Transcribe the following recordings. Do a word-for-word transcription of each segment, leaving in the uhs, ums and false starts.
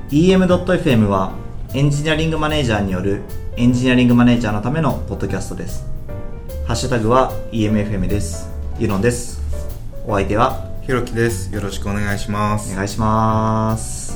イーエムドットエフエム はエンジニアリングマネージャーによるエンジニアリングマネージャーのためのポッドキャストです。ハッシュタグは イーエムエフエム です。ユノンです。お相手はひろきです。よろしくお願いします。 お願いします。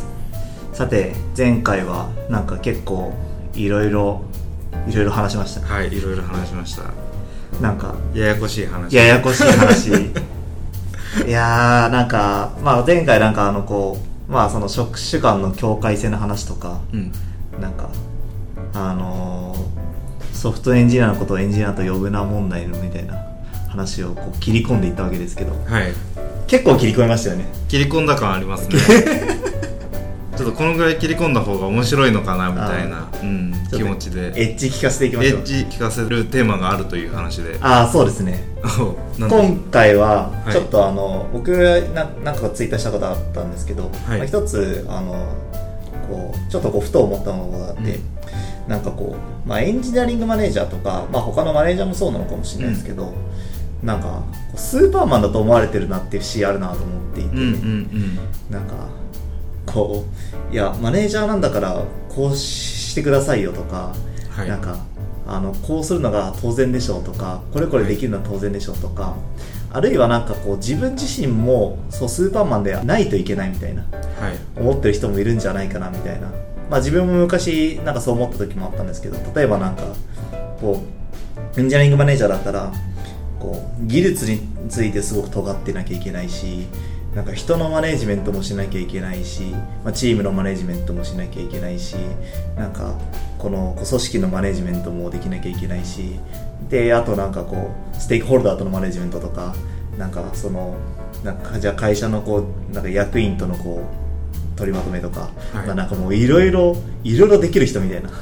さて前回はなんか結構いろいろいろいろ話しましたね。 はい、いろいろ話しました。 なんかややこしい話ややこしい話いやーなんか、まあ、前回なんかあのこうまあその職種間の境界線の話とか、うん、なんかあのー、ソフトエンジニアのことをエンジニアと呼ぶな問題のみたいな話をこう切り込んでいったわけですけど、 はい、 結構切り込みましたよね。 切り込んだ感ありますねちょっとこのぐらい切り込んだ方が面白いのかなみたいな、うん、気持ちでエッジ聞かせていきましょう。 エッジ聞かせるテーマがあるという話で。 ああそうですね今回はちょっとあの、はい、僕ななんかツイートしたことあったんですけど、はい、まあ、一つあのこうちょっとこうふと思ったものがあって、うん、なんかこう、まあ、エンジニアリングマネージャーとか、まあ、他のマネージャーもそうなのかもしれないですけど、うん、なんかスーパーマンだと思われてるなっていう節あるなと思っていて、うんうんうん、なんかこういやマネージャーなんだからこうしてくださいよとか、はい、なんかあのこうするのが当然でしょうとか、これこれできるのは当然でしょうとか、はい、あるいはなんかこう自分自身もそうスーパーマンでないといけないみたいな、はい、思ってる人もいるんじゃないかなみたいな、まあ、自分も昔なんかそう思った時もあったんですけど、例えばなんかこうエンジニアリングマネージャーだったらこう技術についてすごく尖ってなきゃいけないし、なんか人のマネージメントもしなきゃいけないし、まあ、チームのマネージメントもしなきゃいけないし、なんかこの組織のマネージメントもできなきゃいけないし、であとなんかこうステークホルダーとのマネージメントとか、なんかそのなんかじゃあ会社のこうなんか役員とのこう取りまとめとか、はい、まあ、なんかもういろいろいろいろできる人みたいな、はい、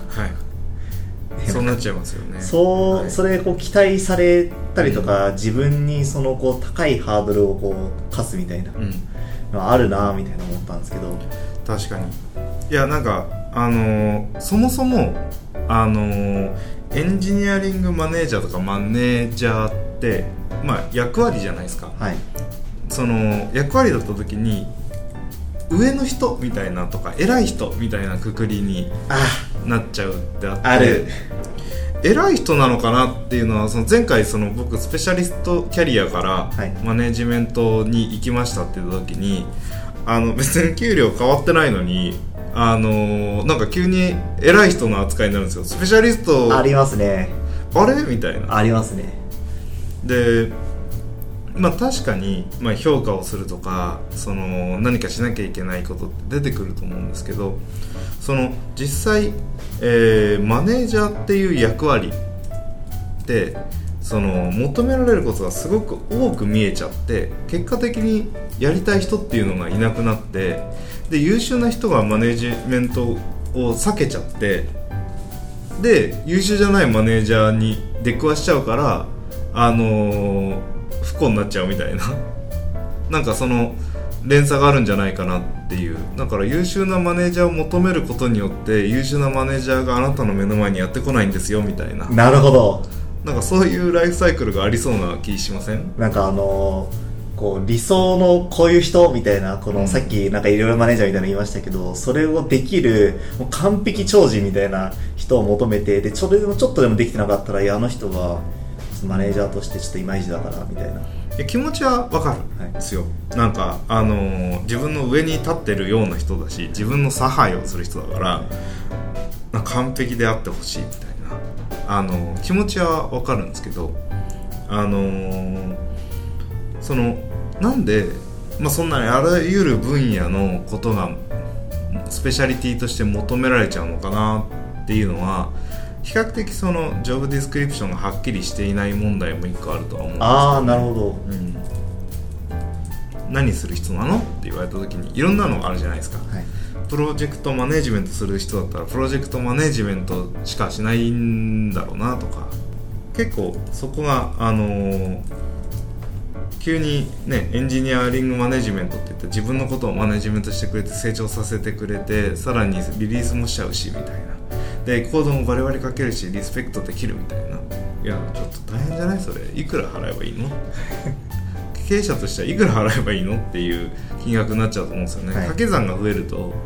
そうなっちゃいますよね。 そう、 はい、 それこう期待されたりとか、うん、自分にそのこう高いハードルをこう課すみたいなのはあるなみたいな思ったんですけど、 確かに。いやなんかあのー、そもそもあのー、エンジニアリングマネージャーとかマネージャーってまあ役割じゃないですか、はい、その役割だった時に上の人みたいなとか偉い人みたいなくくりになっちゃうってあって、 ある偉い人なのかなっていうのは、その前回その僕スペシャリストキャリアからマネジメントに行きましたって言った時に、あの別に給料変わってないのにあのー、なんか急に偉い人の扱いになるんですよ。スペシャリストありますね。 あれみたいな。 ありますね。でまあ確かに、まあ、評価をするとかその何かしなきゃいけないことって出てくると思うんですけど、その実際、えー、マネージャーっていう役割ってその求められることがすごく多く見えちゃって、結果的にやりたい人っていうのがいなくなって、で優秀な人がマネージメントを避けちゃって、で優秀じゃないマネージャーに出くわしちゃうからあのー、不幸になっちゃうみたいななんかその連鎖があるんじゃないかなっていう。だから優秀なマネージャーを求めることによって優秀なマネージャーがあなたの目の前にやってこないんですよみたいな。 なるほど。 なんかそういうライフサイクルがありそうな気しません？ なんかあのーこう理想のこういう人みたいな、このさっきなんかいろいろマネージャーみたいなの言いましたけど、それをできるもう完璧超人みたいな人を求めて、でそれでもちょっとでもできてなかったら、いやあの人はマネージャーとしてちょっとイマイチだからみたいな。 いや気持ちはわかるんですよ、はい、なんかあのー、自分の上に立ってるような人だし、自分の差配をする人だから、なんか完璧であってほしいみたいな、あのー、気持ちはわかるんですけど、あのー、そのなんで、まあ、そんなにあらゆる分野のことがスペシャリティとして求められちゃうのかなっていうのは、比較的そのジョブディスクリプションがはっきりしていない問題も一個あるとは思うんですけど、 ああなるほど、うん、 何する人なのって言われた時にいろんなのがあるじゃないですか、はい、プロジェクトマネージメントする人だったらプロジェクトマネージメントしかしないんだろうなとか、結構そこがあのー急にねエンジニアリングマネジメントって言って自分のことをマネジメントしてくれて成長させてくれて、さらにリリースもしちゃうしみたいな、でコードもバリバリ書けるしリスペクトできるみたいな。いやちょっと大変じゃないそれ、いくら払えばいいの経営者としてはいくら払えばいいのっていう金額になっちゃうと思うんですよね、はい、掛け算が増えると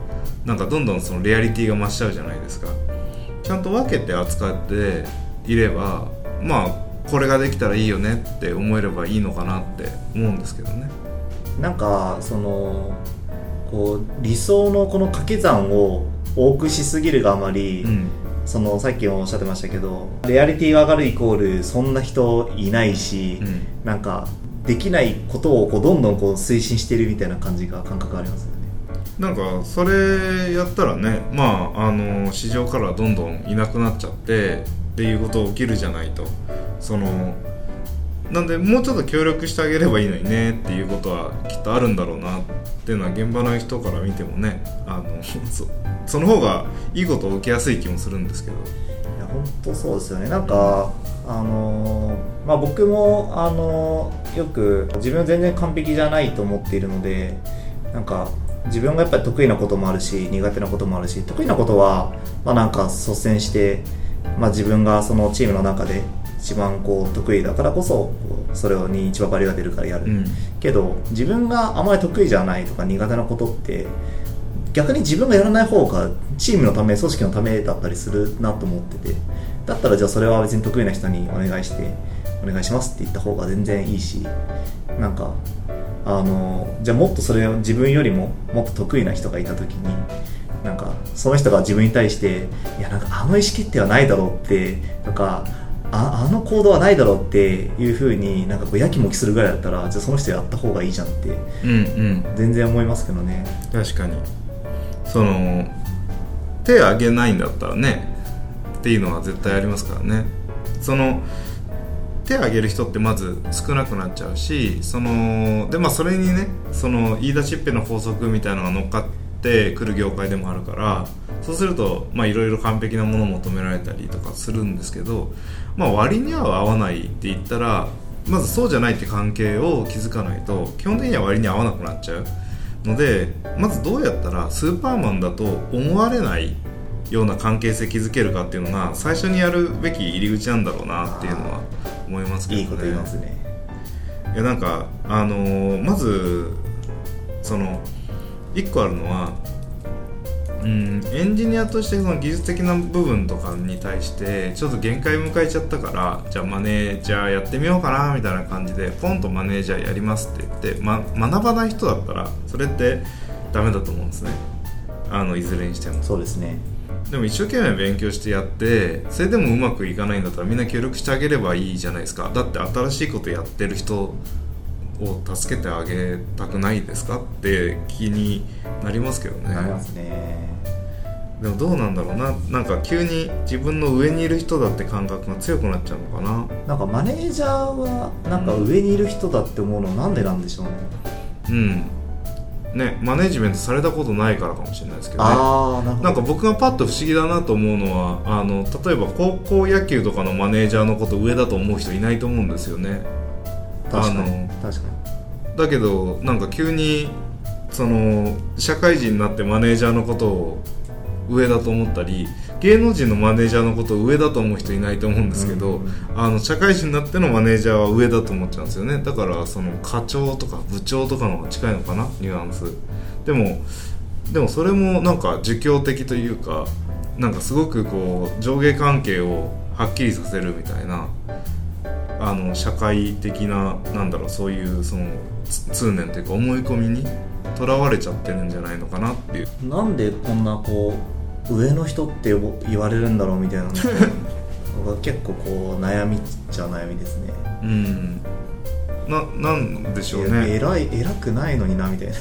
なんかどんどんそのリアリティが増しちゃうじゃないですか。ちゃんと分けて扱っていれば、まあこれができたらいいよねって思えればいいのかなって思うんですけどね。 なんかそのこう理想のこの掛け算を多くしすぎるがあまり、うん、そのさっきもおっしゃってましたけど、レアリティが上がるイコールそんな人いないし、うん、なんかできないことをこうどんどんこう推進しているみたいな感じが感覚がありますよね。 なんかそれやったらね、まああの市場からどんどんいなくなっちゃってっていうこと起きるじゃないと、そのなんでもうちょっと協力してあげればいいのにねっていうことはきっとあるんだろうなっていうのは現場の人から見てもね、あの そ, その方がいいことを受けやすい気もするんですけど。いや本当そうですよね。なんかあのーまあ、僕も、あのー、よく自分は全然完璧じゃないと思っているので、なんか自分がやっぱり得意なこともあるし苦手なこともあるし、得意なことは、まあ、なんか率先して、まあ、自分がそのチームの中で一番こう得意だからこそそれに一番バリが出るからやる、うん、けど自分があまり得意じゃないとか苦手なことって逆に自分がやらない方がチームのため組織のためだったりするなと思ってて、だったらじゃあそれは別に得意な人にお願いしてお願いしますって言った方が全然いいし、なんかあのじゃあもっとそれを自分よりももっと得意な人がいた時に、なんかその人が自分に対していやなんかあの意思決定はないだろうってとか あ, あの行動はないだろうっていう風になんかこうやきもきするぐらいだったら、じゃあその人やった方がいいじゃんって全然思いますけどね、 うんうん、確かにその手挙げないんだったらねっていうのは絶対ありますからね。その手を挙げる人ってまず少なくなっちゃうし、そので、まあ、それにねその言い出しっぺの法則みたいなのが乗っかってくる業界でもあるから、そうするといろいろ完璧なものを求められたりとかするんですけど、まあ、割に合う合わないって言ったらまずそうじゃないって関係を築かないと基本的には割に合わなくなっちゃうので、まずどうやったらスーパーマンだと思われないような関係性築けるかっていうのが最初にやるべき入り口なんだろうなっていうのは思いますけどね。 いいこと言いますね。 いやなんかあのー、まずそのいっこあるのは、うん、エンジニアとしてその技術的な部分とかに対してちょっと限界迎えちゃったから、じゃあマネージャーやってみようかなみたいな感じでポンとマネージャーやりますって言って、ま、学ばない人だったらそれってダメだと思うんですね。あのいずれにしてもそうですね。 でも一生懸命勉強してやってそれでもうまくいかないんだったらみんな協力してあげればいいじゃないですか。だって新しいことやってる人を助けてあげたくないですかって気になりますけどね。 なりますね。 でもどうなんだろうな、なんか急に自分の上にいる人だって感覚が強くなっちゃうのかな。 なんかマネージャーはなんか上にいる人だって思うのはなんでなんでしょうね。 うんね、マネジメントされたことないからかもしれないですけどね。あー、なるほど。なんか僕がパッと不思議だなと思うのはあの例えば高校野球とかのマネージャーのこと上だと思う人いないと思うんですよね。 確かに確かに。だけどなんか急にその社会人になってマネージャーのことを上だと思ったり、芸能人のマネージャーのことを上だと思う人いないと思うんですけど、うんうん、あの社会人になってのマネージャーは上だと思っちゃうんですよね。だからその課長とか部長とかの方が近いのかな、ニュアンスでもでもそれもなんか儒教的というか、なんかすごくこう上下関係をはっきりさせるみたいな、あの社会的ななんだろう、そういうその通念というか思い込みにとらわれちゃってるんじゃないのかなっていう。 なんでこんなこう上の人って言われるんだろうみたいなのが結構こう悩みっちゃ悩みですね。 うん。な、なんでしょうね。 偉い偉くないのになみたいな。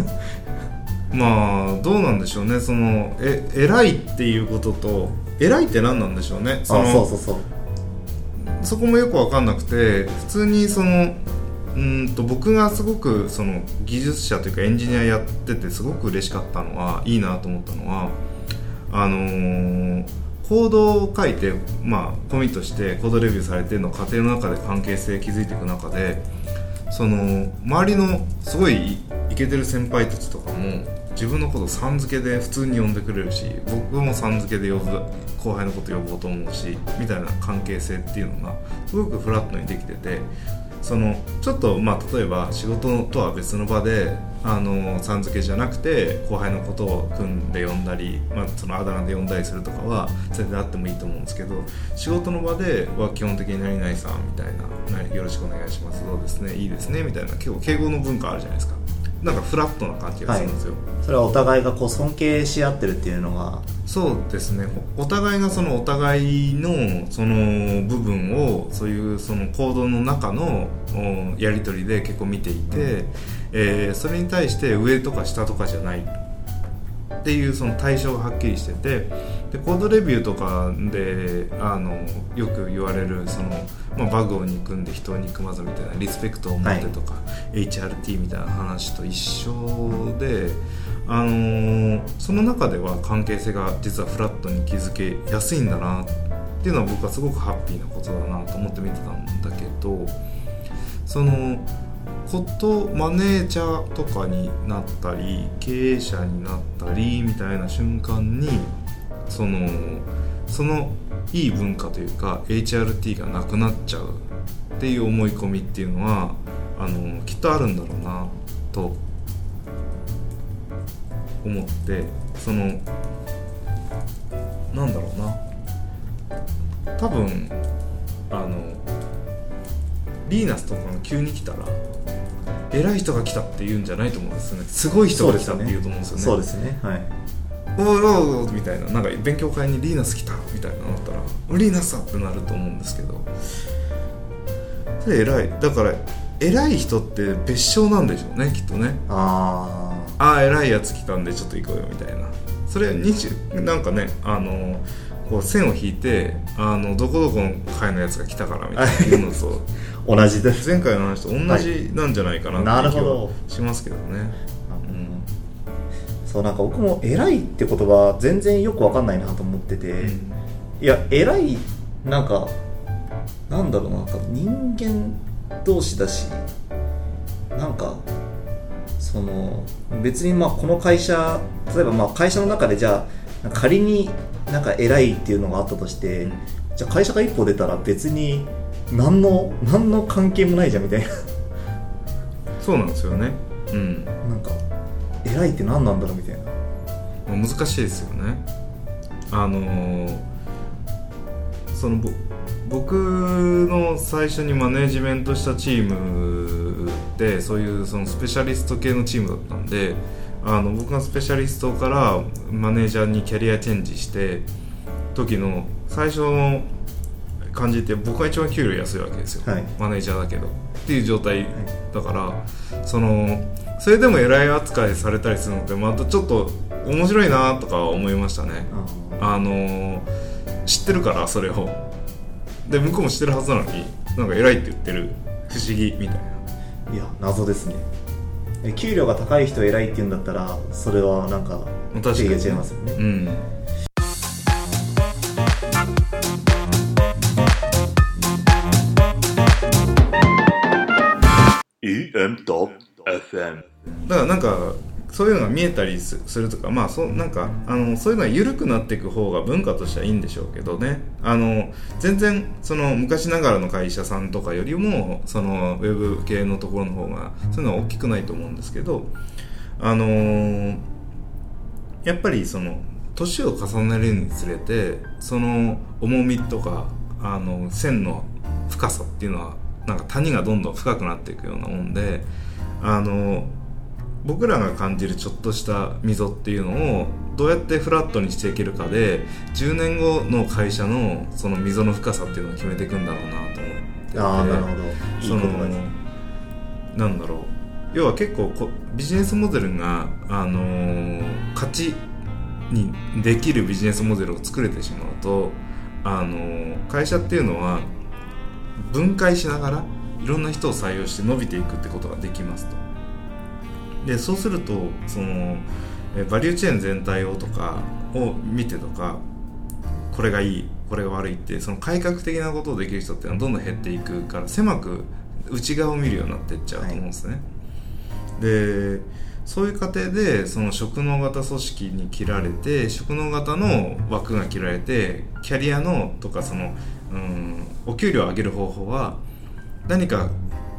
まあどうなんでしょうね。そのえ偉いっていうことと偉いって何なんでしょうね。そのあ、そうそうそう。 そこもよく分かんなくて、普通にそのうんと僕がすごくその技術者というかエンジニアやっててすごく嬉しかったのは、いいなと思ったのは、あのー、コードを書いて、まあ、コミットしてコードレビューされてるの過程の中で関係性築いていく中で、その周りのすごいイケてる先輩たちとかも自分のことをさん付けで普通に呼んでくれるし、僕もさん付けで呼ぶ後輩のこと呼ぼうと思うしみたいな関係性っていうのがすごくフラットにできてて、 そのちょっとまあ例えば仕事とは別の場であのさん付けじゃなくて後輩のことを組んで呼んだり、まあ、そのあだ名で呼んだりするとかは全然あってもいいと思うんですけど、仕事の場では基本的に何々さんみたいな、よろしくお願いします、どうですね、いいですねみたいな、結構敬語の文化あるじゃないですか。なんかフラットな感じがするんですよ、はい、 それはお互いがこう尊敬し合ってるっていうのが。 そうですね、お互いがそのお互いのその部分をそういうその行動の中のやり取りで結構見ていて、うん、えー、それに対して上とか下とかじゃないっていうその対象がはっきりしてて、でコードレビューとかであのよく言われるその、まあ、バグを憎んで人を憎まずみたいなリスペクトを持ってとか、はい、エイチアールティー みたいな話と一緒で、あのー、その中では関係性が実はフラットに築けやすいんだなっていうのは僕はすごくハッピーなことだなと思って見てたんだけど、そのことマネージャーとかになったり経営者になったりみたいな瞬間にそのそのいい文化というか エイチアールティー がなくなっちゃうっていう思い込みっていうのはあのきっとあるんだろうなと思って、そのなんだろうな、多分あのリーナスとかが急に来たら偉い人が来たって言うんじゃないと思うんですよね。すごい人が来たって言うと思うんですよね。 そうですね、はい。 おーおーみたいな、なんか勉強会にリーナス来たみたいなのだったらリーナスだってなると思うんですけど、それ偉いだから偉い人って別称なんでしょうね、きっとね。ああ偉いやつ来たんでちょっと行こうよみたいな、それになんかね、あのこう線を引いてあのどこどこの会のやつが来たからみたいな言うのと同じです。 前回の話と同じなんじゃないかなって気はしますけどね、はい、うん、 そう、なんか僕も偉いって言葉全然よく分かんないなと思ってて、うん、いや偉いなんかなんだろうな、なんか人間同士だし、なんかその別にまあこの会社、例えばまあ会社の中でじゃあ仮になんか偉いっていうのがあったとして、うん、じゃあ会社が一歩出たら別に何の何の関係もないじゃんみたいな。 そうなんですよね、うん、 なんか偉いって何なんだろうみたいな。 難しいですよね。あのー、その僕の最初にマネージメントしたチームでそういうそのスペシャリスト系のチームだったんで、あの僕がスペシャリストからマネージャーにキャリアチェンジして時の最初の感じって、僕が一番給料安いわけですよ、はい、マネージャーだけどっていう状態だから、はい、そのそれでも偉い扱いされたりするのってまたちょっと面白いなとか思いましたね。あの知ってるからそれをで向こうも知ってるはずなのになんか偉いって言ってる、不思議みたいな。 いや謎ですね。給料が高い人偉いって言うんだったらそれはなんか定義が違いますよね。うん、 イーエム エフエム だからなんかそういうのが見えたりするとか、まあそうなんかあのそういうのは緩くなっていく方が文化としてはいいんでしょうけどね。あの全然その昔ながらの会社さんとかよりもそのウェブ系のところの方がそういうのは大きくないと思うんですけど、あのやっぱりその年を重ねるにつれてその重みとかあの線の深さっていうのはなんか谷がどんどん深くなっていくようなもんで、あの僕らが感じるちょっとした溝っていうのをどうやってフラットにしていけるかでじゅうねんごの会社のその溝の深さっていうのを決めていくんだろうなと思ってて、 ああなるほど、いい言葉です。 なんだろう、要は結構こビジネスモデルが、あのー、勝ちにできるビジネスモデルを作れてしまうと、あのー、会社っていうのは分解しながらいろんな人を採用して伸びていくってことができますと。でそうするとそのバリューチェーン全体をとかを見てとか、これがいいこれが悪いってその改革的なことをできる人っていうのはどんどん減っていくから、狭く内側を見るようになっていっちゃうと思うんですね、はい、でそういう過程でその職能型組織に切られて職能型の枠が切られてキャリアのとかその、うん、お給料を上げる方法は何か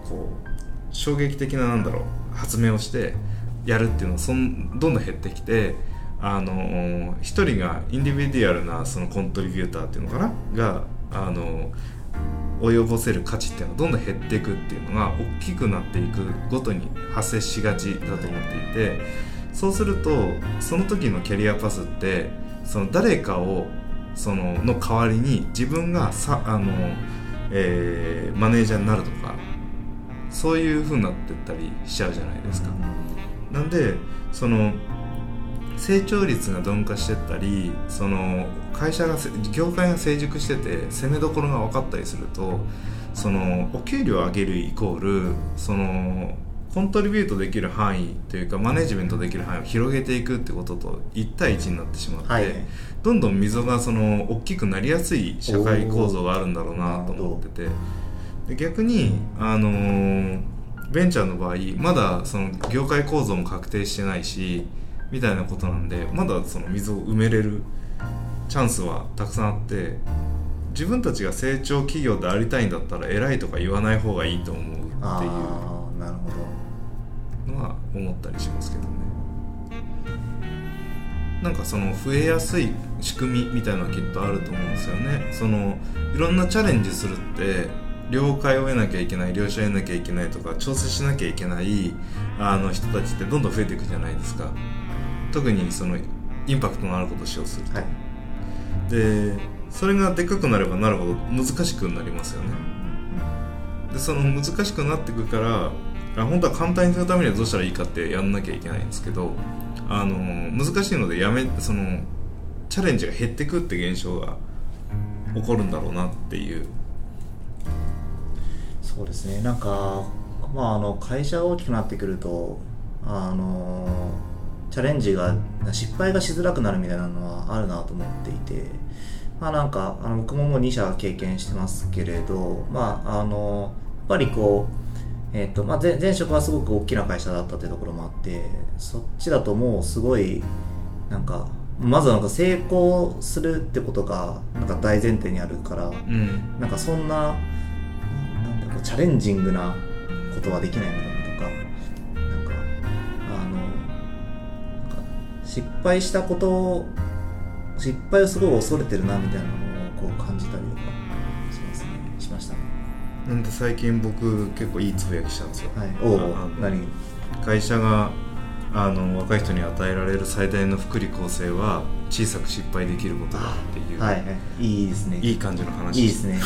こう衝撃的ななんだろう発明をしてやるっていうのはそんどんどん減ってきて、あの一人がインディビデュアルなそのコントリビューターっていうのかながあの及ぼせる価値っていうのはどんどん減っていくっていうのが大きくなっていくごとに発生しがちだと思っていて、そうするとその時のキャリアパスってその誰かをそのの代わりに自分がさあの、えー、マネージャーになるとかそういう風になっていったりしちゃうじゃないですか。なんでその成長率が鈍化していったり、その会社が業界が成熟してて攻めどころが分かったりすると、そのお給料を上げるイコールそのコントリビュートできる範囲というかマネジメントできる範囲を広げていくってことといち対いちになってしまって、はい、どんどん溝がその大きくなりやすい社会構造があるんだろうなと思ってて、で逆にあのー、ベンチャーの場合まだその業界構造も確定してないしみたいなことなんで、まだその溝を埋めれるチャンスはたくさんあって、自分たちが成長企業でありたいんだったら偉いとか言わない方がいいと思うっていうのは思ったりしますけどね。なんかその増えやすい仕組みみたいなのはきっとあると思うんですよね。そのいろんなチャレンジするって了解を得なきゃいけない、了承を得なきゃいけないとか調整しなきゃいけないあの人たちってどんどん増えていくじゃないですか。特にそのインパクトのあることをしようとすると、はい、でそれがでかくなればなるほど難しくなりますよね。でその難しくなっていくから、本当は簡単にするためにはどうしたらいいかってやんなきゃいけないんですけど、あの難しいのでやめそのチャレンジが減っていくって現象が起こるんだろうなっていう。 そうですね。なんか、まあ、あの会社が大きくなってくるとあのチャレンジが失敗がしづらくなるみたいなのはあるなと思っていて、まあなんかあの僕ももうに社経験してますけれど、まああのやっぱりこう、えーとまあ、前, 前職はすごく大きな会社だったというところもあって、そっちだともうすごいなんかまずなんか成功するってことがなんか大前提にあるから、うん、なんかそんな、なんだろうチャレンジングなことはできないみたいなとか、なんかあのなんか失敗したことを失敗をすごい恐れてるなみたいなのをこう感じたりとかしますねしましたね。 なんで最近僕結構いいつぶやきしたんですよ。 はい、おお、何？ 会社があの若い人に与えられる最大の福利厚生は小さく失敗できることだっていう、 はいはい、いいですね。 いい感じの話いいですね。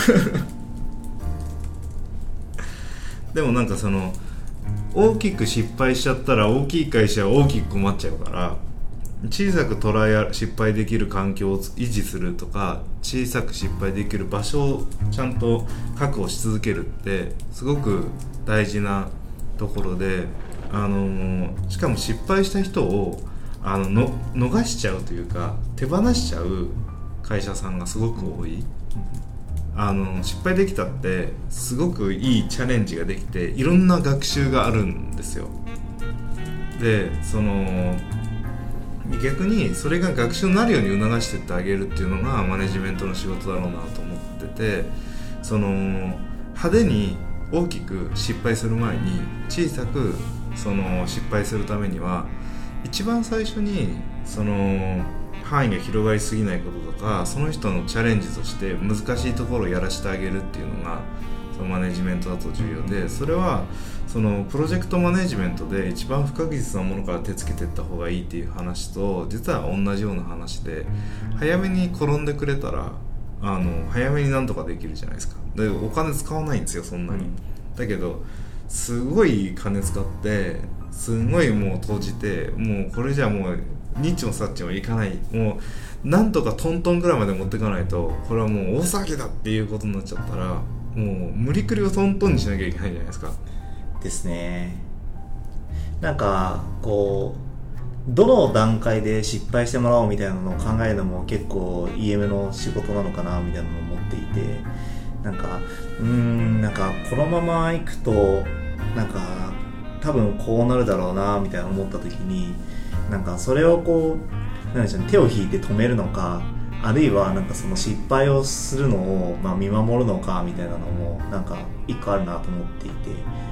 でもなんかその大きく失敗しちゃったら大きい会社は大きく困っちゃうから、小さくトライアル失敗できる環境を維持するとか、小さく失敗できる場所をちゃんと確保し続けるってすごく大事なところで、あのしかも失敗した人をあのの逃しちゃうというか手放しちゃう会社さんがすごく多い。あの失敗できたってすごくいいチャレンジができていろんな学習があるんですよ。でその逆にそれが学習になるように促していってあげるっていうのがマネジメントの仕事だろうなと思ってて、その派手に大きく失敗する前に小さくその失敗するためには一番最初にその範囲が広がりすぎないこととか、その人のチャレンジとして難しいところをやらせてあげるっていうのがそのマネジメントだと重要で、それはそのプロジェクトマネジメントで一番不確実なものから手つけていった方がいいっていう話と実は同じような話で、早めに転んでくれたらあの早めになんとかできるじゃないですか。でお金使わないんですよそんなに、うん、だけどすごい金使ってすごいもう投じて、もうこれじゃもうニッチもサッチもいかない、もうなんとかトントンぐらいまで持っていかないとこれはもう大騒ぎだっていうことになっちゃったら、もう無理くりをトントンにしなきゃいけないじゃないですか。 ですね。なんかこうどの段階で失敗してもらおうみたいなのを考えるのも結構 イーエム の仕事なのかなみたいなのを思っていて、なんかうーんなんかこのまま行くとなんか多分こうなるだろうなみたいな思った時に、なんかそれをこうなんでしょうね、手を引いて止めるのか、あるいはなんかその失敗をするのをまあ見守るのかみたいなのもなんか一個あるなと思っていて、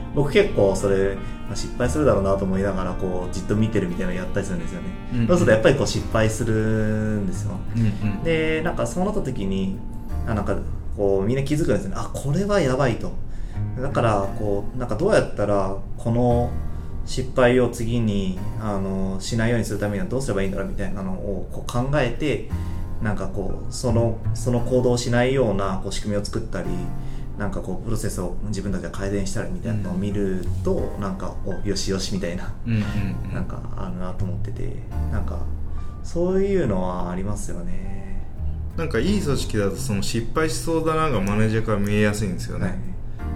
僕結構それ、まあ、失敗するだろうなと思いながらこうじっと見てるみたいなのをやったりするんですよね、うんうん、そうするとやっぱりこう失敗するんですよ、うんうん、でなんかそうなった時にあなんかこうみんな気づくんですよね。あこれはやばいと。だからこうなんかどうやったらこの失敗を次にあのしないようにするためにはどうすればいいんだろうみたいなのをこう考えてなんかこうそのその行動をしないようなこう仕組みを作ったりなんかこうプロセスを自分たちが改善したりみたいなのを見ると、うん、なんかおよしよしみたいな、うんうんうん、なんかあるなと思っててなんかそういうのはありますよね。 なんかいい組織だとその失敗しそうだながマネージャーから見えやすいんですよね、はい、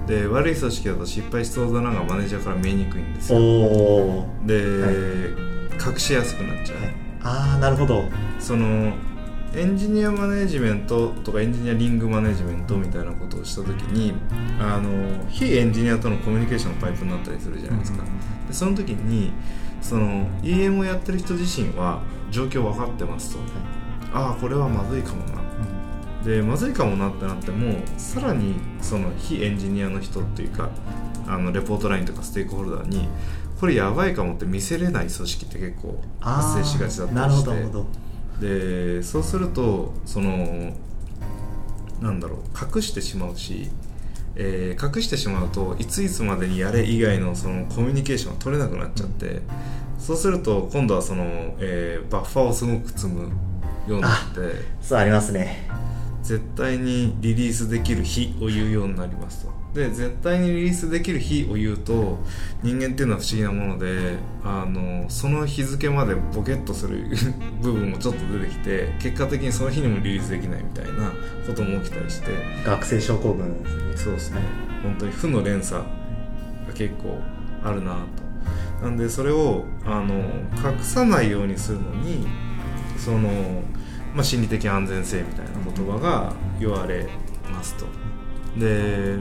で悪い組織だと失敗しそうだながマネージャーから見えにくいんですよ。おで、はい、隠しやすくなっちゃう、はい、 ああなるほど。 そのエンジニアマネジメントとかエンジニアリングマネジメントみたいなことをしたときにあの非エンジニアとのコミュニケーションのパイプになったりするじゃないですか、うん、でその時にその イーエム をやってる人自身は状況分かってますと、はい、ああこれはまずいかもな、うん、でまずいかもなってなってもさらにその非エンジニアの人っていうかあのレポートラインとかステークホルダーにこれやばいかもって見せれない組織って結構発生しがちだったりして、なるほどでそうするとそのなんだろう隠してしまうし、えー、隠してしまうといついつまでにやれ以外のそのコミュニケーションが取れなくなっちゃって、うん、そうすると今度はその、えー、バッファーをすごく積むようになってそうありますね。 絶対にリリースできる日を言うようになりますと。で絶対にリリースできる日を言うと人間っていうのは不思議なものであのその日付までボケっとする部分もちょっと出てきて結果的にその日にもリリースできないみたいなことも起きたりして学生症候群ですね。 そうですね、本当に負の連鎖が結構あるなと。なんでそれをあの隠さないようにするのにその、まあ、心理的安全性みたいな言葉が言われますと。で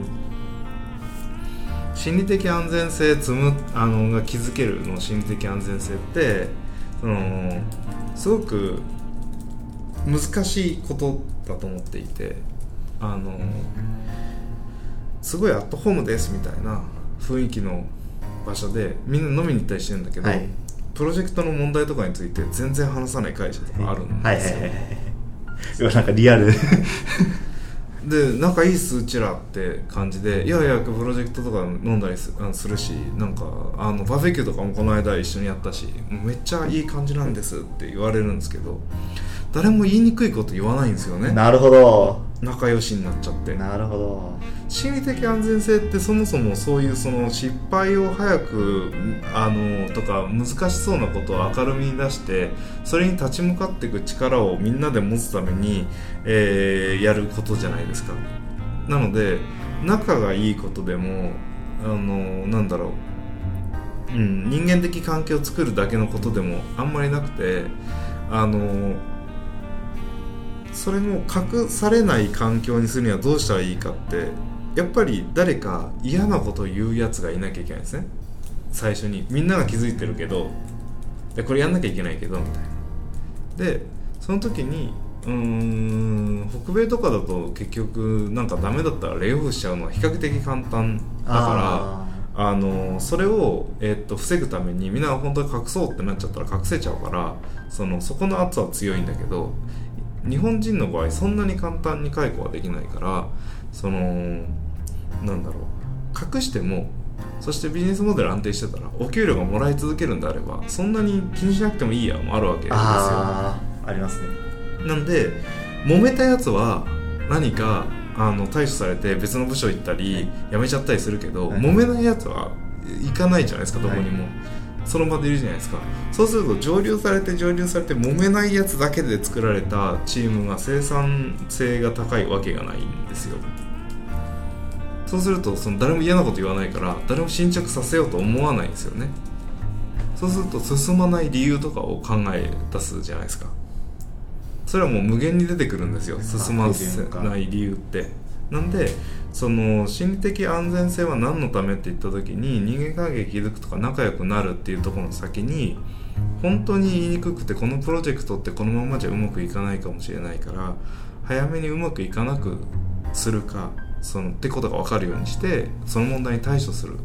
心理的安全性積むあのが築けるの心理的安全性ってそのすごく難しいことだと思っていてあのすごいアットホームですみたいな雰囲気の場所でみんな飲みに行ったりしてるんだけど、はい、プロジェクトの問題とかについて全然話さない会社とかあるんですよ、はいはいはいはい、なんかリアルで仲いいっすうちらって感じでいやいやプロジェクトとか飲んだり す, するしなんかあのバーベキューとかもこの間一緒にやったしめっちゃいい感じなんですって言われるんですけど誰も言いにくいこと言わないんですよね。 なるほど。 仲良しになっちゃって。 なるほど。 心理的安全性ってそもそもそういうその失敗を早くあのとか難しそうなことを明るみに出してそれに立ち向かっていく力をみんなで持つために、えー、やることじゃないですか。なので仲がいいことでもあのなんだろう、うん、人間的関係を作るだけのことでもあんまりなくてあのそれも隠されない環境にするにはどうしたらいいかってやっぱり誰か嫌なことを言うやつがいなきゃいけないんですね。最初にみんなが気づいてるけどこれやんなきゃいけないけどみたいな。でその時にうーん北米とかだと結局なんかダメだったらレイオフしちゃうのは比較的簡単だからあのそれを、えー、っと防ぐためにみんなが本当に隠そうってなっちゃったら隠せちゃうからそのそこの圧は強いんだけど日本人の場合そんなに簡単に解雇はできないからそのなんだろう隠してもそしてビジネスモデル安定してたらお給料がもらい続けるんであればそんなに気にしなくてもいいやもあるわけですよ。 あーありますね。 なんで揉めたやつは何かあの対処されて別の部署行ったり、はい、辞めちゃったりするけど、はい、揉めないやつは行かないじゃないですかどこにも、はい、その場でいるじゃないですか。そうすると蒸留されて蒸留されて揉めないやつだけで作られたチームが生産性が高いわけがないんですよ。そうするとその誰も嫌なこと言わないから誰も進捗させようと思わないんですよね。そうすると進まない理由とかを考え出すじゃないですか。それはもう無限に出てくるんですよ進ませない理由って。なんでその心理的安全性は何のためって言った時に人間関係築くとか仲良くなるっていうところの先に本当に言いにくくてこのプロジェクトってこのままじゃうまくいかないかもしれないから早めにうまくいかなくするかそのってことが分かるようにしてその問題に対処する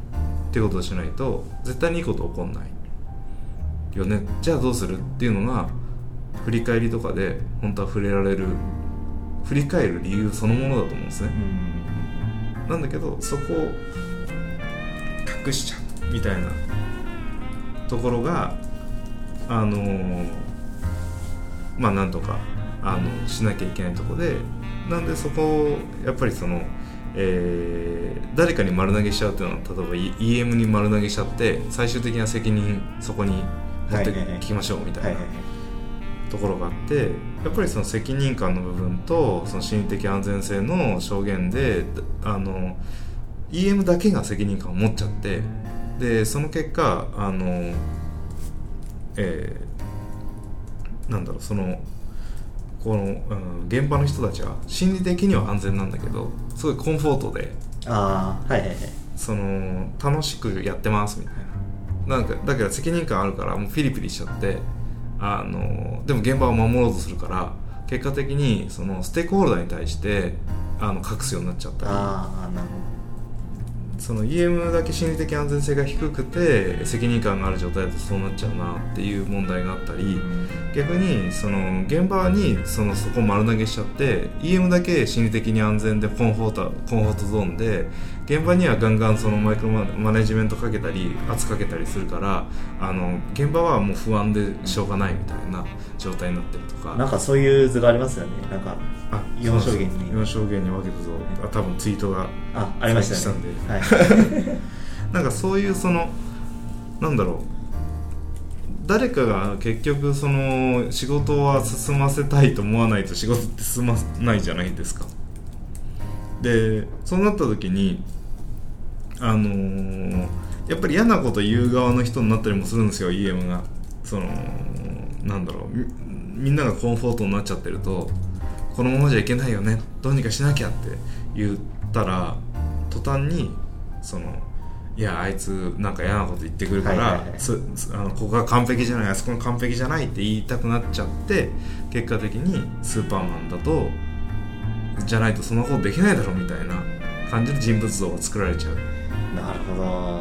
っていうことをしないと絶対にいいこと起こんないよね。じゃあどうするっていうのが振り返りとかで本当は触れられる、振り返る理由そのものだと思うんですね。うん、なんだけどそこを隠しちゃうみたいなところがあのー、まあなんとかあのしなきゃいけないところで、なんでそこをやっぱりその、えー、誰かに丸投げしちゃうっていうのは、例えば イーエム に丸投げしちゃって最終的な責任そこに持ってきましょうみたいなところがあって、やっぱりその責任感の部分とその心理的安全性の証言であの イーエム だけが責任感を持っちゃって、でその結果あの、えー、なんだろうそのこの、うん、現場の人たちは心理的には安全なんだけどすごいコンフォートで、 あー、はいはいはい、 その楽しくやってますみたいな、なんかだけど責任感あるからもうピリピリしちゃって、あのでも現場を守ろうとするから結果的にそのステークホルダーに対してあの隠すようになっちゃったり、 あー、なるほど、 その イーエム だけ心理的安全性が低くて責任感がある状態だとそうなっちゃうなっていう問題があったり、うん、逆にその現場にそのそこを丸投げしちゃって イーエム だけ心理的に安全でコンフォート、コンフォートゾーンで現場にはガンガンそのマイクロマネジメントかけたり圧かけたりするから、あの現場はもう不安でしょうがないみたいな状態になってるとか、 なんかそういう図がありますよね。なんかあよん証言によん証言に分けたぞ、あ多分ツイートがあありましたね。 はい、なんかそういうそのなんだろう、誰かが結局その仕事は進ませたいと思わないと仕事って進まないじゃないですか。でそうなった時にあのー、やっぱり嫌なこと言う側の人になったりもするんですよ イーエム が。そのなんだろう、 み, みんながコンフォートになっちゃってるとこのままじゃいけないよね、どうにかしなきゃって言ったら途端にそのいやあいつなんか嫌なこと言ってくるから、はいはいはい、あのここが完璧じゃない、あそこが完璧じゃないって言いたくなっちゃって、結果的にスーパーマンだとじゃないとそんなことできないだろみたいな感じの人物像が作られちゃう。 なるほど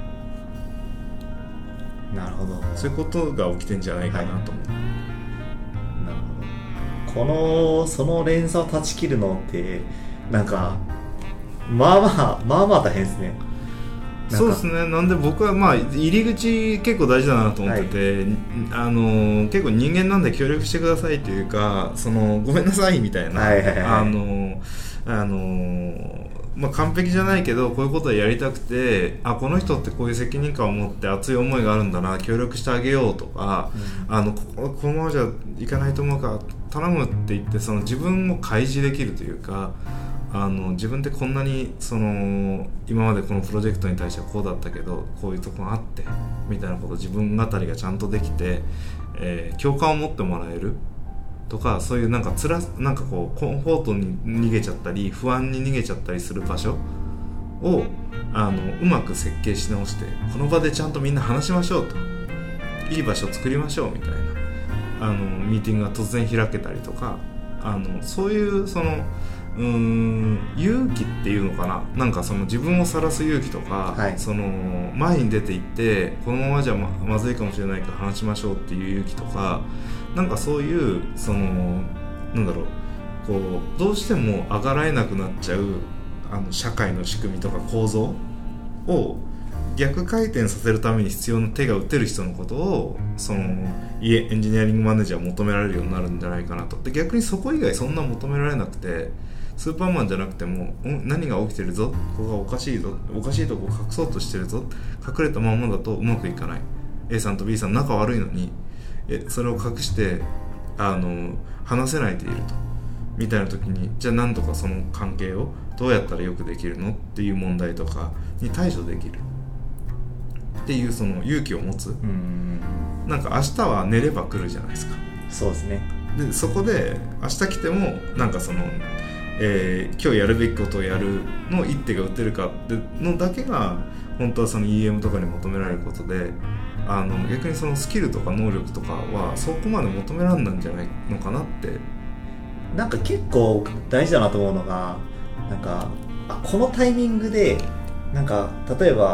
なるほど、 そういうことが起きてんじゃないかなと思う、はい、 なるほど。このその連鎖を断ち切るのってなんかまあまあまあまあ大変ですね。 そうですね。なんで僕はまあ入り口結構大事だなと思ってて、はい、あの結構人間なんで協力してくださいというか、そのごめんなさいみたいな、はいはいはい、あのあのまあ、完璧じゃないけどこういうことをやりたくて、あこの人ってこういう責任感を持って熱い思いがあるんだな、協力してあげようとか、うん、あの こ, このままじゃいかないと思うから頼むって言って、その自分を開示できるというか、あの自分ってこんなにその今までこのプロジェクトに対してはこうだったけどこういうとこがあってみたいなことを自分語りがちゃんとできて、えー、共感を持ってもらえるとか、そういうなんかつらなんかこうコンフォートに逃げちゃったり不安に逃げちゃったりする場所をあのうまく設計し直して、この場でちゃんとみんな話しましょうと、いい場所を作りましょうみたいなあのミーティングが突然開けたりとか、あのそういうそのうーん勇気っていうのかな、なんかその自分を晒す勇気とか、はい、その前に出ていってこのままじゃ ま, まずいかもしれないから話しましょうっていう勇気とか、なんかそういうそのなんだろう、こうどうしてもあがらえなくなっちゃうあの社会の仕組みとか構造を逆回転させるために必要な手が打てる人のことをそのエンジニアリングマネージャーは求められるようになるんじゃないかなと。で逆にそこ以外そんな求められなくて、スーパーマンじゃなくても何が起きてるぞ、ここがおかしいぞ、おかしいとこ隠そうとしてるぞ、隠れたままだとうまくいかない、 A さんと B さん仲悪いのにえそれを隠してあの話せないでいるとみたいな時に、じゃあなんとかその関係をどうやったらよくできるのっていう問題とかに対処できるっていうその勇気を持つ。うん、なんか明日は寝れば来るじゃないですか。 そうですね。 でそこで明日来てもなんかその、えー、今日やるべきことをやるの一手が打てるかってのだけが本当はその イーエム とかに求められることで、あの逆にそのスキルとか能力とかはそこまで求められないんじゃないのかなって。 なんか結構大事だなと思うのが、なんかあこのタイミングでなんか例えば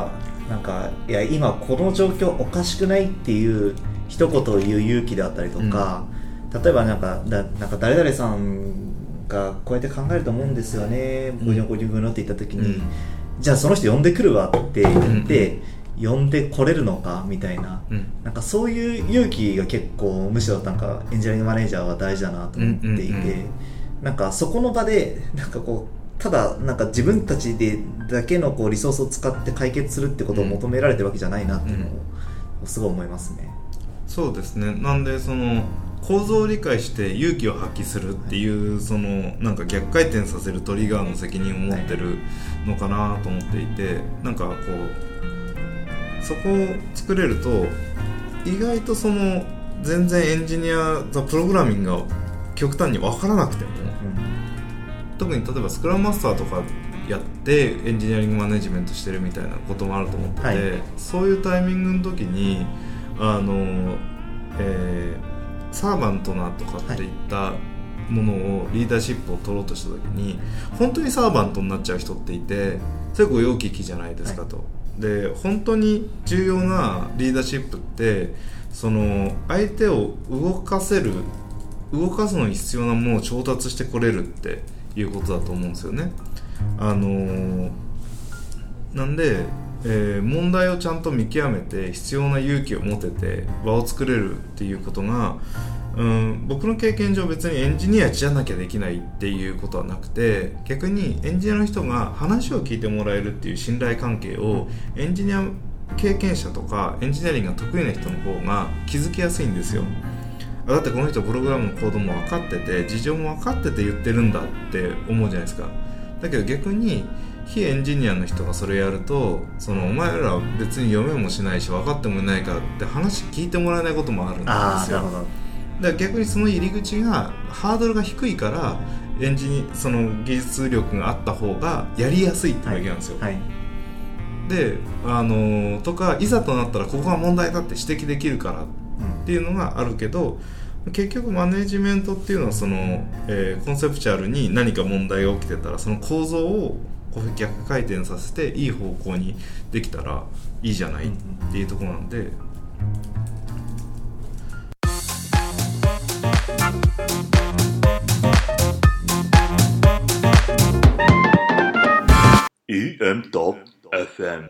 なんかいや今この状況おかしくないっていう一言を言う勇気であったりとか、うん、例えばなんかだなんか誰々さんがこうやって考えると思うんですよね、ごじゅうごじゅうのって言った時に、うん、じゃあその人呼んでくるわって言って、うん、呼んでこれるのかみたいな、うん、なんかそういう勇気が結構むしろなんかエンジニアリングマネージャーは大事だなと思っていて、うんうんうん、なんかそこの場でなんかこうただなんか自分たちでだけのこうリソースを使って解決するってことを求められてるわけじゃないなっていうのをすごい思いますね。 そうですね。なんでその構造を理解して勇気を発揮するっていう、はい、そのなんか逆回転させるトリガーの責任を持ってるのかなと思っていて、はい、なんかこうそこを作れると意外とその全然エンジニアザプログラミングが極端に分からなくても、うん、特に例えばスクラムマスターとかやってエンジニアリングマネジメントしてるみたいなこともあると思ってて、はい、そういうタイミングの時にあの、えーサーバントなとかっていったものをリーダーシップを取ろうとした時に本当にサーバントになっちゃう人っていて、それご陽気じゃないですかと、はい、で本当に重要なリーダーシップってその相手を動かせる動かすのに必要なものを調達してこれるっていうことだと思うんですよね。あのー、なんでえー、問題をちゃんと見極めて必要な勇気を持てて場を作れるっていうことが、うん、僕の経験上別にエンジニアじゃなきゃできないっていうことはなくて、逆にエンジニアの人が話を聞いてもらえるっていう信頼関係をエンジニア経験者とかエンジニアリングが得意な人の方が気づきやすいんですよ。だってこの人プログラムのコードも分かってて事情も分かってて言ってるんだって思うじゃないですか。だけど逆に非エンジニアの人がそれやると、そのお前ら別に読めもしないし分かってもいないからって話聞いてもらえないこともあるんですよ。 あー、なるほど。 だから逆にその入り口がハードルが低いからエンジニその技術力があった方がやりやすいってだけなんですよ、はいはい、であのとかいざとなったらここが問題だって指摘できるからっていうのがあるけど、結局マネジメントっていうのはその、えー、コンセプチュアルに何か問題が起きてたらその構造を逆回転させていい方向にできたらいいじゃないっていうところなんで、 イーエム と エフエム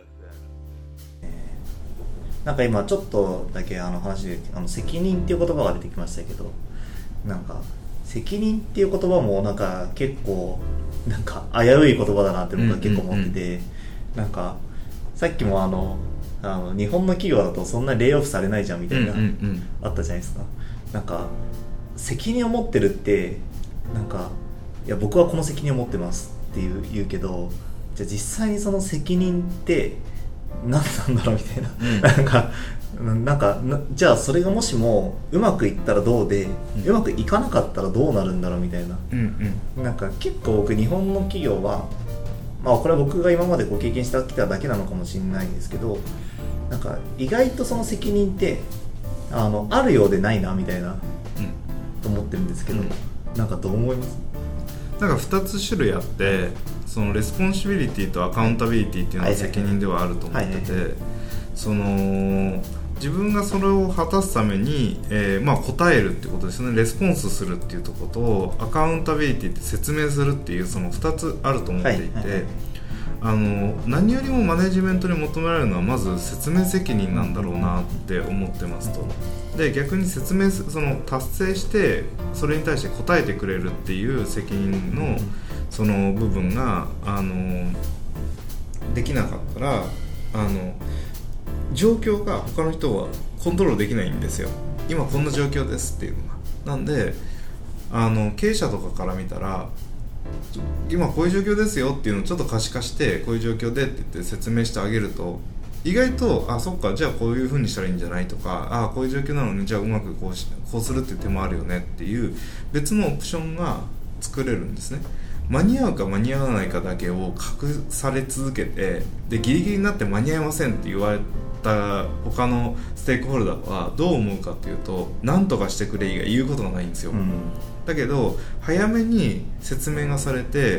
なんか今ちょっとだけあの話であの責任っていう言葉が出てきましたけど、なんか責任っていう言葉もなんか結構なんか危うい言葉だなって僕は結構思ってて、うんうんうん、なんかさっきもあのあの日本の企業だとそんなにレイオフされないじゃんみたいな、うんうんうん、あったじゃないですか。なんか責任を持ってるってなんかいや僕はこの責任を持ってますっていう、言うけど、じゃあ実際にその責任って何なんだろうみたいな、うん、なんかなんかじゃあそれがもしもうまくいったらどうで、うん、うまくいかなかったらどうなるんだろうみたいな、うんうん、なんか結構僕日本の企業は、まあこれは僕が今までご経験してきただけなのかもしれないんですけど、なんか意外とその責任ってあのあるようでないなみたいな、うん、と思ってるんですけど、うん、なんかどう思います？ なんかふたつ種類あって、そのレスポンシビリティとアカウンタビリティっていうのが責任ではあると思ってて、その自分がそれを果たすために、えーまあ、答えるってことですね。レスポンスするっていうところとアカウンタビリティって説明するっていうそのふたつあると思っていて、はいはいはい、あの何よりもマネジメントに求められるのはまず説明責任なんだろうなって思ってますと。で逆に説明その達成してそれに対して答えてくれるっていう責任のその部分があのできなかったらあの状況が他の人はコントロールできないんですよ。今こんな状況ですっていうのが。なんであの経営者とかから見たら今こういう状況ですよっていうのをちょっと可視化してこういう状況でって言って説明してあげると意外とあそっかじゃあこういう風にしたらいいんじゃないとかあこういう状況なのにじゃあうまくこうしこうするっていう手もあるよねっていう別のオプションが作れるんですね。間に合うか間に合わないかだけを隠され続けてでギリギリになって間に合いませんって言われた他のステークホルダーはどう思うかというと何とかしてくれ以外言うことがないんですよ、うん、だけど早めに説明がされて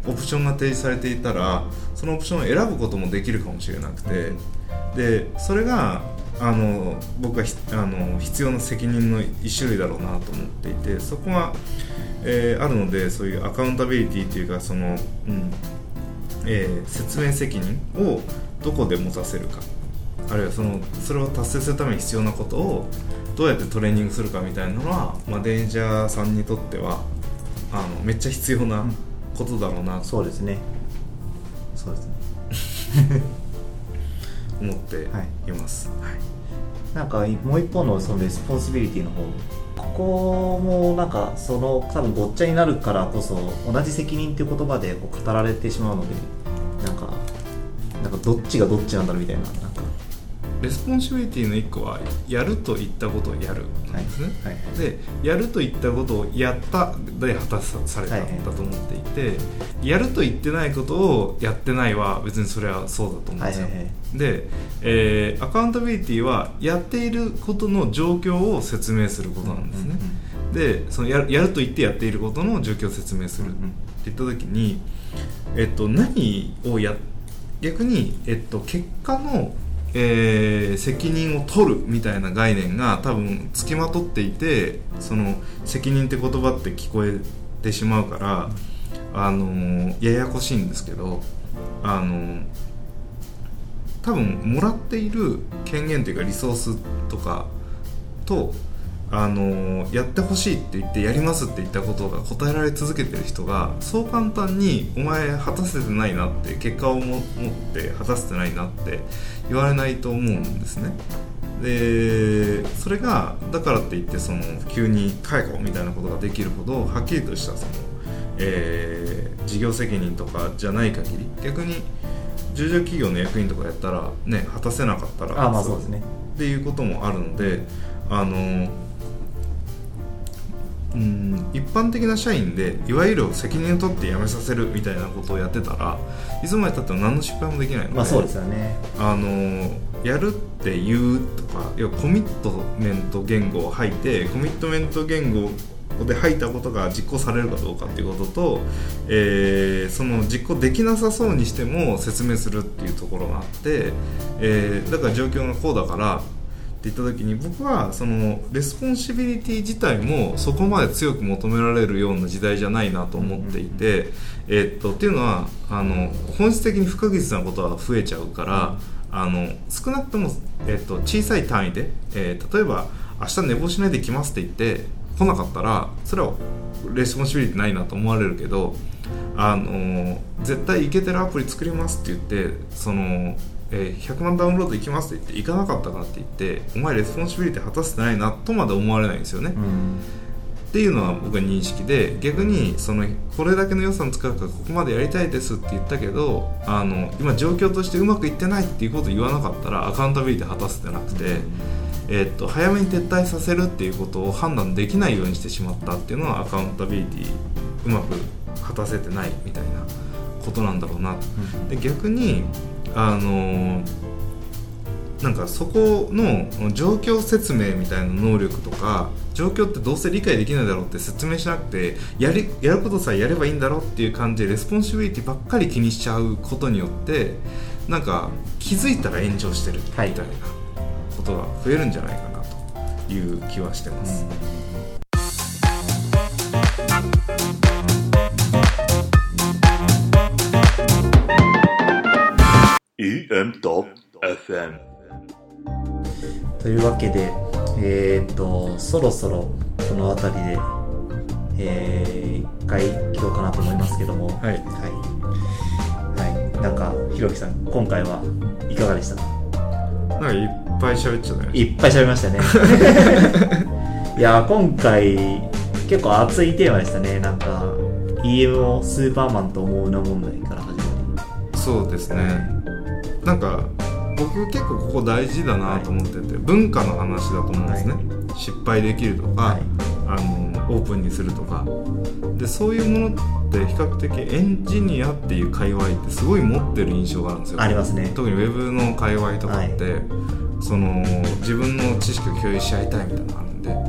オプションが提示されていたらそのオプションを選ぶこともできるかもしれなくて、でそれがあの僕はあの必要な責任の一種類だろうなと思っていて、そこが、えー、あるので、そういうアカウンタビリティというかその、うんえー、説明責任をどこで持たせるか、あるいはそのそれを達成するために必要なことをどうやってトレーニングするかみたいなのはマネージャーさんにとってはあのめっちゃ必要なことだろうな、うん、 そうですねそうですね思っています、はいはい、 なんかもう一方のそのレスポンシビリティの方、ここもなんかその多分ごっちゃになるからこそ同じ責任っていう言葉でこう語られてしまうので、なんかなんかどっちがどっちなんだろうみたいな、なんかレスポンシビリティの一個はやると言ったことをやるなんですね、はいはいはい、でやると言ったことをやったで果たされたんだと思っていて、はいはい、やると言ってないことをやってないは別にそれはそうだと思うんですよ、はいはいはい、で、えー、アカウンタビリティはやっていることの状況を説明することなんですね、うんうん、でその や, やると言ってやっていることの状況を説明するって言った時に、えっと、何をや逆に、えっと、結果のえー、責任を取るみたいな概念が多分つきまとっていて、その責任って言葉って聞こえてしまうから、あのー、ややこしいんですけど、あのー、多分もらっている権限というかリソースとかと、あのー、やってほしいって言ってやりますって言ったことが答えられ続けてる人がそう簡単にお前果たせてないなって、結果をも持って果たせてないなって言われないと思うんですね。でそれがだからって言ってその急に解雇みたいなことができるほどはっきりとしたその、えー、事業責任とかじゃない限り、逆に上場企業の役員とかやったらね果たせなかったらあまあそうですねっていうこともあるので、あのうん一般的な社員でいわゆる責任を取って辞めさせるみたいなことをやってたらいつまでたっても何の失敗もできないので、 まあそうですよね、 あのやるって言うとか、要はコミットメント言語を吐いてコミットメント言語で吐いたことが実行されるかどうかっていうことと、えー、その実行できなさそうにしても説明するっていうところがあって、えー、だから状況がこうだからって言った時に、僕はそのレスポンシビリティ自体もそこまで強く求められるような時代じゃないなと思っていて、えー、っとっていうのはあの本質的に不確実なことは増えちゃうから、あの少なくとも、えー、っと小さい単位で、えー、例えば明日寝坊しないで来ますって言って来なかったらそれはレスポンシビリティないなと思われるけど、あの絶対イケてるアプリ作りますって言ってそのえー、ひゃくまんダウンロード行きますって言って行かなかったからって言ってお前レスポンシビリティ果たせてないなとまで思われないんですよね、うん、っていうのは僕は認識で、逆にそのこれだけの予算使うからここまでやりたいですって言ったけど、あの今状況としてうまくいってないっていうことを言わなかったらアカウンタビリティ果たせてなくて、うんえー、っと早めに撤退させるっていうことを判断できないようにしてしまったっていうのはアカウンタビリティうまく果たせてないみたいなことなんだろうな、うん、で逆にあのなんかそこの状況説明みたいな能力とか、状況ってどうせ理解できないだろうって説明しなくて やり、やることさえやればいいんだろうっていう感じでレスポンシビリティばっかり気にしちゃうことによってなんか気づいたら炎上してるみたいなことが増えるんじゃないかなという気はしてます、 うん、イーエム エフエム というわけで、えー、っとそろそろこの辺りで、えー、一回切ろうかなと思いますけども、はいはいはい、なんかひろきさん今回はいかがでしたか？ なんかいっぱい喋っちゃったね。 いっぱい喋りましたね。いや今回結構熱いテーマでしたね。なんか イーエム をスーパーマンと思うな問題から始まり。そうですね。なんか僕結構ここ大事だなと思ってて、はい、文化の話だと思うんですね、はい、失敗できるとか、はい、あのオープンにするとかで、そういうものって比較的エンジニアっていう界隈ってすごい持ってる印象があるんですよ。 ありますね。 特にウェブの界隈とかって、はい、その自分の知識を共有し合いたいみたいなのがあるんで、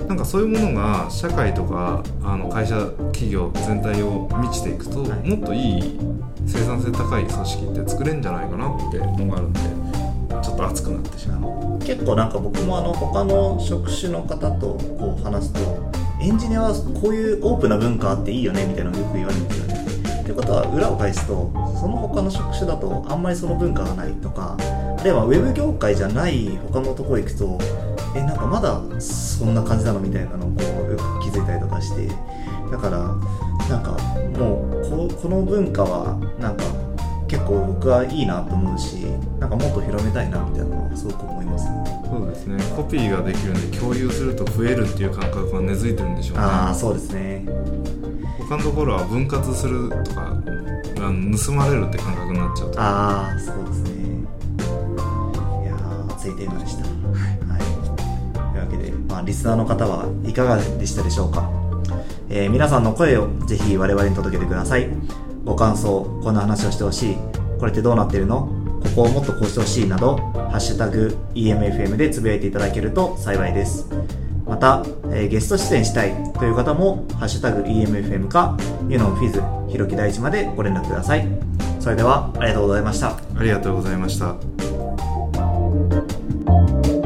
なんかそういうものが社会とかあの会社企業全体を満ちていくと、はい、もっといい生産性高い組織って作れるんじゃないかなってのがあるんで、ちょっと熱くなってしまう。 結構なんか僕もあの他の職種の方とこう話すと、エンジニアはこういうオープンな文化あっていいよねみたいなのをよく言われるんですよね。ってことは裏を返すと、その他の職種だとあんまりその文化がないとか、あるいはウェブ業界じゃない他のところ行くと、えなんかまだそんな感じなのみたいなのをこうよく気づいたりとかして、だからなんかもう こ, この文化はなんか結構僕はいいなと思うし、なんかもっと広めたいなみたいなのはすごく思いますね。 そうですね、コピーができるんで共有すると増えるっていう感覚が根付いてるんでしょうね。 ああ、そうですね。 他のところは分割するとか盗まれるって感覚になっちゃうと。 ああ、そうですね。いやー、熱いテーマでした。はい、というわけで、まあ、リスナーの方はいかがでしたでしょうか。えー、皆さんの声をぜひ我々に届けてください。ご感想、こんな話をしてほしい、これってどうなってるの、ここをもっとこうしてほしいなど、ハッシュタグ イーエムエフエム でつぶやいていただけると幸いです。また、えー、ゲスト出演したいという方もハッシュタグ イーエムエフエム かユノンフィズひろき大地までご連絡ください。それではありがとうございました。 ありがとうございました。